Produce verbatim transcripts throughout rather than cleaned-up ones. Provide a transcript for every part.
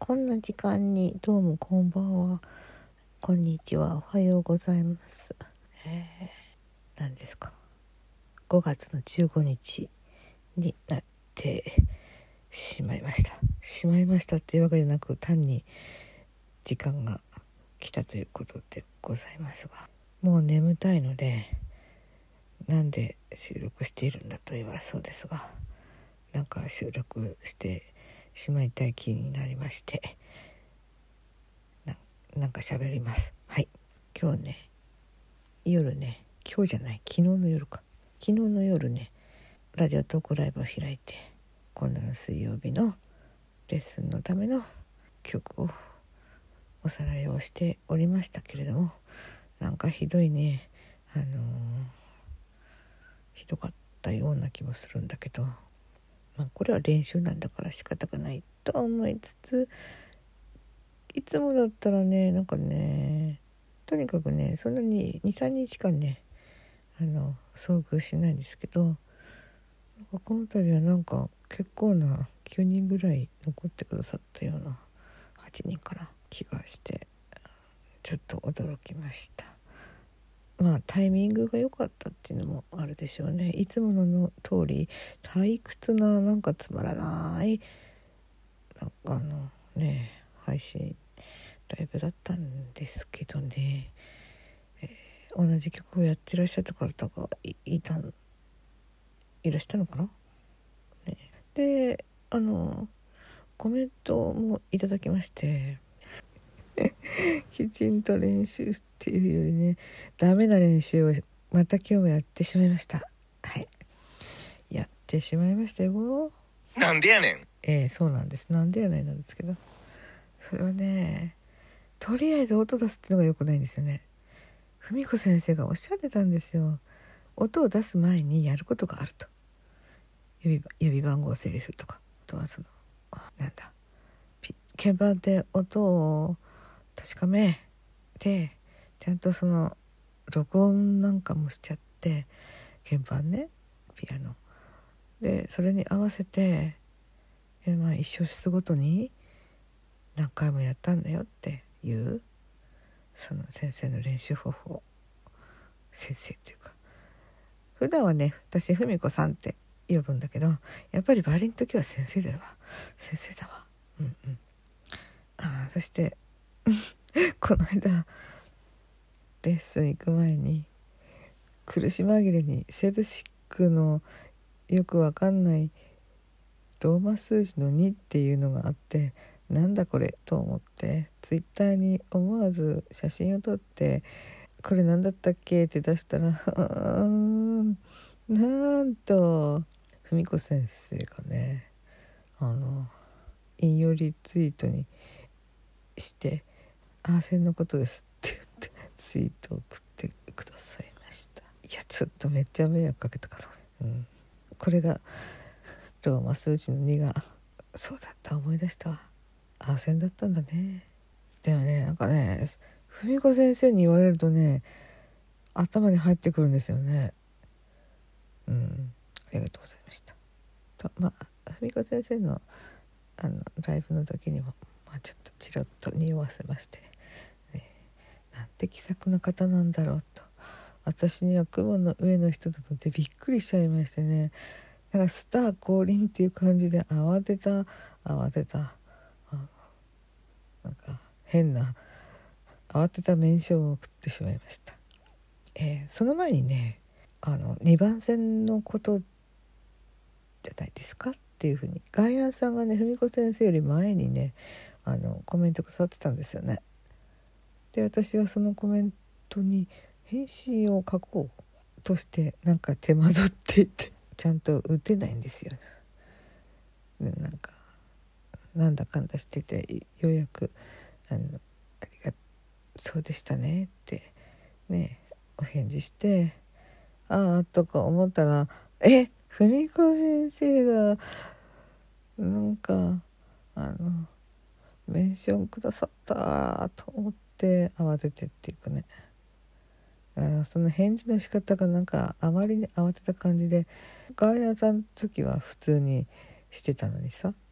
こんな時間にどうもこんばんは、こんにちは、おはようございます。えー、何ですか、ごがつのじゅうごにちになってしまいましたしまいましたっていうわけじゃなく、単に時間が来たということでございますが、もう眠たいので、なんで収録しているんだと言われそうですが、なんか収録してしまいたい気になりまして、な, なんか喋ります。はい、今日ね、夜ね、今日じゃない昨日の夜か昨日の夜ね、ラジオトークライブを開いて、今度の水曜日のレッスンのための曲をおさらいをしておりましたけれども、なんかひどいね、あのー、ひどかったような気もするんだけど、まあ、これは練習なんだから仕方がないと思いつつ、いつもだったらね、なんかね、とにかくね、そんなに に,さん 日間ね、あの遭遇しないんですけど、なんかこの度はなんか結構なきゅうにんぐらい残ってくださったような、はちにんかな、気がしてちょっと驚きました。まあタイミングが良かったっていうのもあるでしょうね。いつものの通り退屈な、なんかつまらないなんかあのね配信ライブだったんですけどね、えー、同じ曲をやってらっしゃった方が い, いたいらしたのかな、ね、であのコメントもいただきましてきちんと練習っていうよりね、ダメな練習をまた今日もやってしまいました。はい、やってしまいましたよ。 なんでやねん。 えー、そうなんです。なんでやないなんですけど、それはね、とりあえず音出すっていうのが良くないんですよね。文子先生がおっしゃってたんですよ。音を出す前にやることがあると。指, 指番号を整理するとか、あとはそのなんだ鍵盤で音を確かめて、ちゃんとその録音なんかもしちゃって、鍵盤ね、ピアノでそれに合わせて、え、まあ、一小節ごとに何回もやったんだよっていう、その先生の練習方法、先生っていうか、普段はね、私文子さんって呼ぶんだけど、やっぱりバイオリンの時は先生だわ先生だわうんうん。あ、そしてこの間レッスン行く前に苦し紛れにセブシックのよくわかんないローマ数字のにっていうのがあって、なんだこれと思ってツイッターに思わず写真を撮って、これなんだったっけって出したらなんと文子先生がね、あの引用リツイートにして「アーセンのことです」って言ってツイートを送ってくださいました。いや、ちょっとめっちゃ迷惑かけたかな、うん、これがローマ数字のにがそうだった、思い出したわ、アーセンだったんだね。でもね、なんかね、文子先生に言われるとね、頭に入ってくるんですよね。うん、ありがとうございました。と、まあ文子先生のあのライブの時にも、まあ、ちょっとチロッと匂わせまして、ね、なんて気さくな方なんだろうと、私には雲の上の人だとってびっくりしちゃいましてね、なんかスター降臨っていう感じで慌てた慌てたあなんか変な慌てたメンションを送ってしまいました。えー、その前にね、あのにばん線のことじゃないですかっていうふうにガイアンさんがね、文子先生より前にね、あのコメントくださってたんですよね。で、私はそのコメントに返信を書こうとしてなんか手間取っていてちゃんと打てないんですよ。で、なんかなんだかんだしてて、ようやくあのありがそうでしたねってねお返事して、ああとか思ったら、え文子先生がなんかあのメンションくださったと思って慌ててっていうかね、あ、その返事の仕方がなんかあまりに慌てた感じで、ガーヤさんの時は普通にしてたのにさ、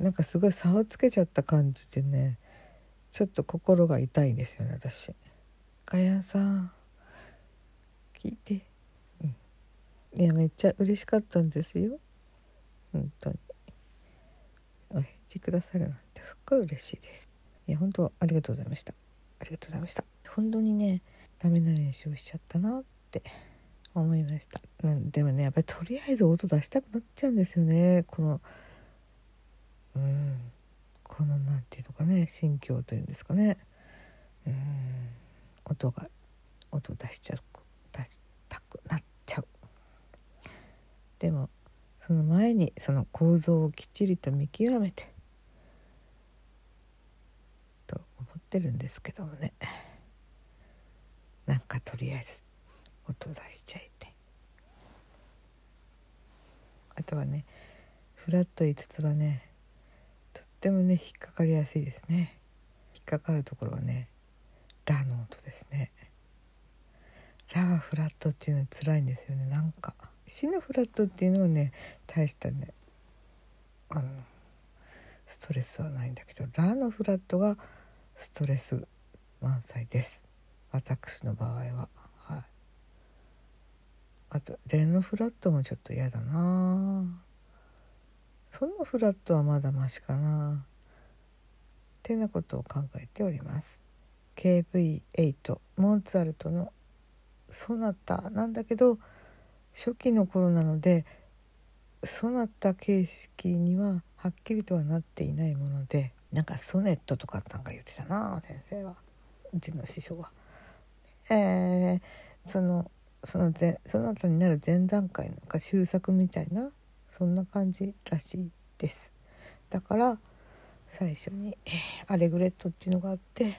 なんかすごい差をつけちゃった感じでね、ちょっと心が痛いんですよね私。かやさん聞いて、うん、いやめっちゃ嬉しかったんですよ本当に。お返事くださるなんてすっごい嬉しいです。いや本当ありがとうございました。ありがとうございました。本当にねダメな練習をしちゃったなって思いました。なんでもねやっぱりとりあえず音出したくなっちゃうんですよね。このうんこのなんていうのかね、心境というんですかね、うん音が音出しちゃう出したくなっちゃう。でもその前にその構造をきっちりと見極めてと思ってるんですけどもね、なんかとりあえず音出しちゃいて、あとはねフラットいつつはねとってもね引っかかりやすいですね。引っかかるところはねラの音ですね。ラがフラットっていうのは辛いんですよね。なんかシのフラットっていうのはね大したねあのストレスはないんだけど、ラのフラットがストレス満載です私の場合は。はい、あとレのフラットもちょっと嫌だな。ソのフラットはまだマシかなってなことを考えております。 ケーブイエイト モーツァルトのソナタなんだけど初期の頃なのでソナタ形式にははっきりとはなっていないもので、なんかソネットとかなんか言ってたな先生は、うちの師匠は。えー、そのその前ソナタになる前段階のなんか終作みたいなそんな感じらしいです。だから最初にアレグレットっていうのがあって、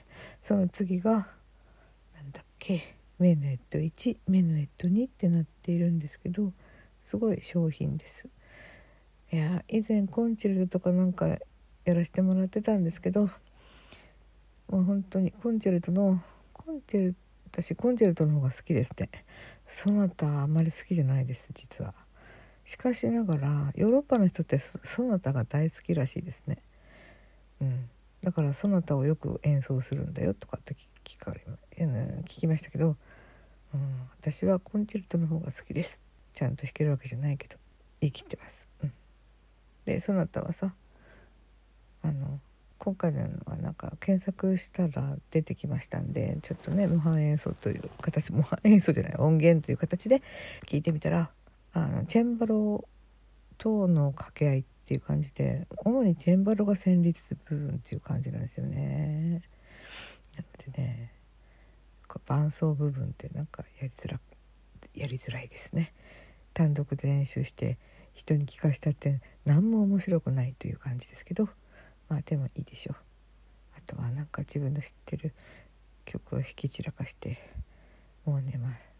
その次がなんだっけメヌエットいちメヌエットにってなっているんですけど、すごい商品です。いや以前コンチェルトとかなんかやらせてもらってたんですけど、もう本当にコンチェルトのコンチェル私コンチェルトの方が好きですね。ソナタあんまり好きじゃないです実は。しかしながらヨーロッパの人ってソナタが大好きらしいですね。うん、だからソナタをよく演奏するんだよとかって聞かれ、うん、聞きましたけど、うん、私はコンチェルトの方が好きです。ちゃんと弾けるわけじゃないけど言い切ってます。うん、でソナタはさあの今回のはなんか検索したら出てきましたんで、ちょっとね模範演奏という形、模範演奏じゃない音源という形で聞いてみたら、あのチェンバロとの掛け合いっていう感じで、主にチェンバロが旋律部分っていう感じなんですよね。なのでね伴奏部分ってなんかやりづらやりづらいですね。単独で練習して人に聞かせたって何も面白くないという感じですけど、まあでもいいでしょう。あとはなんか自分の知ってる曲を弾き散らかしてもう寝ます。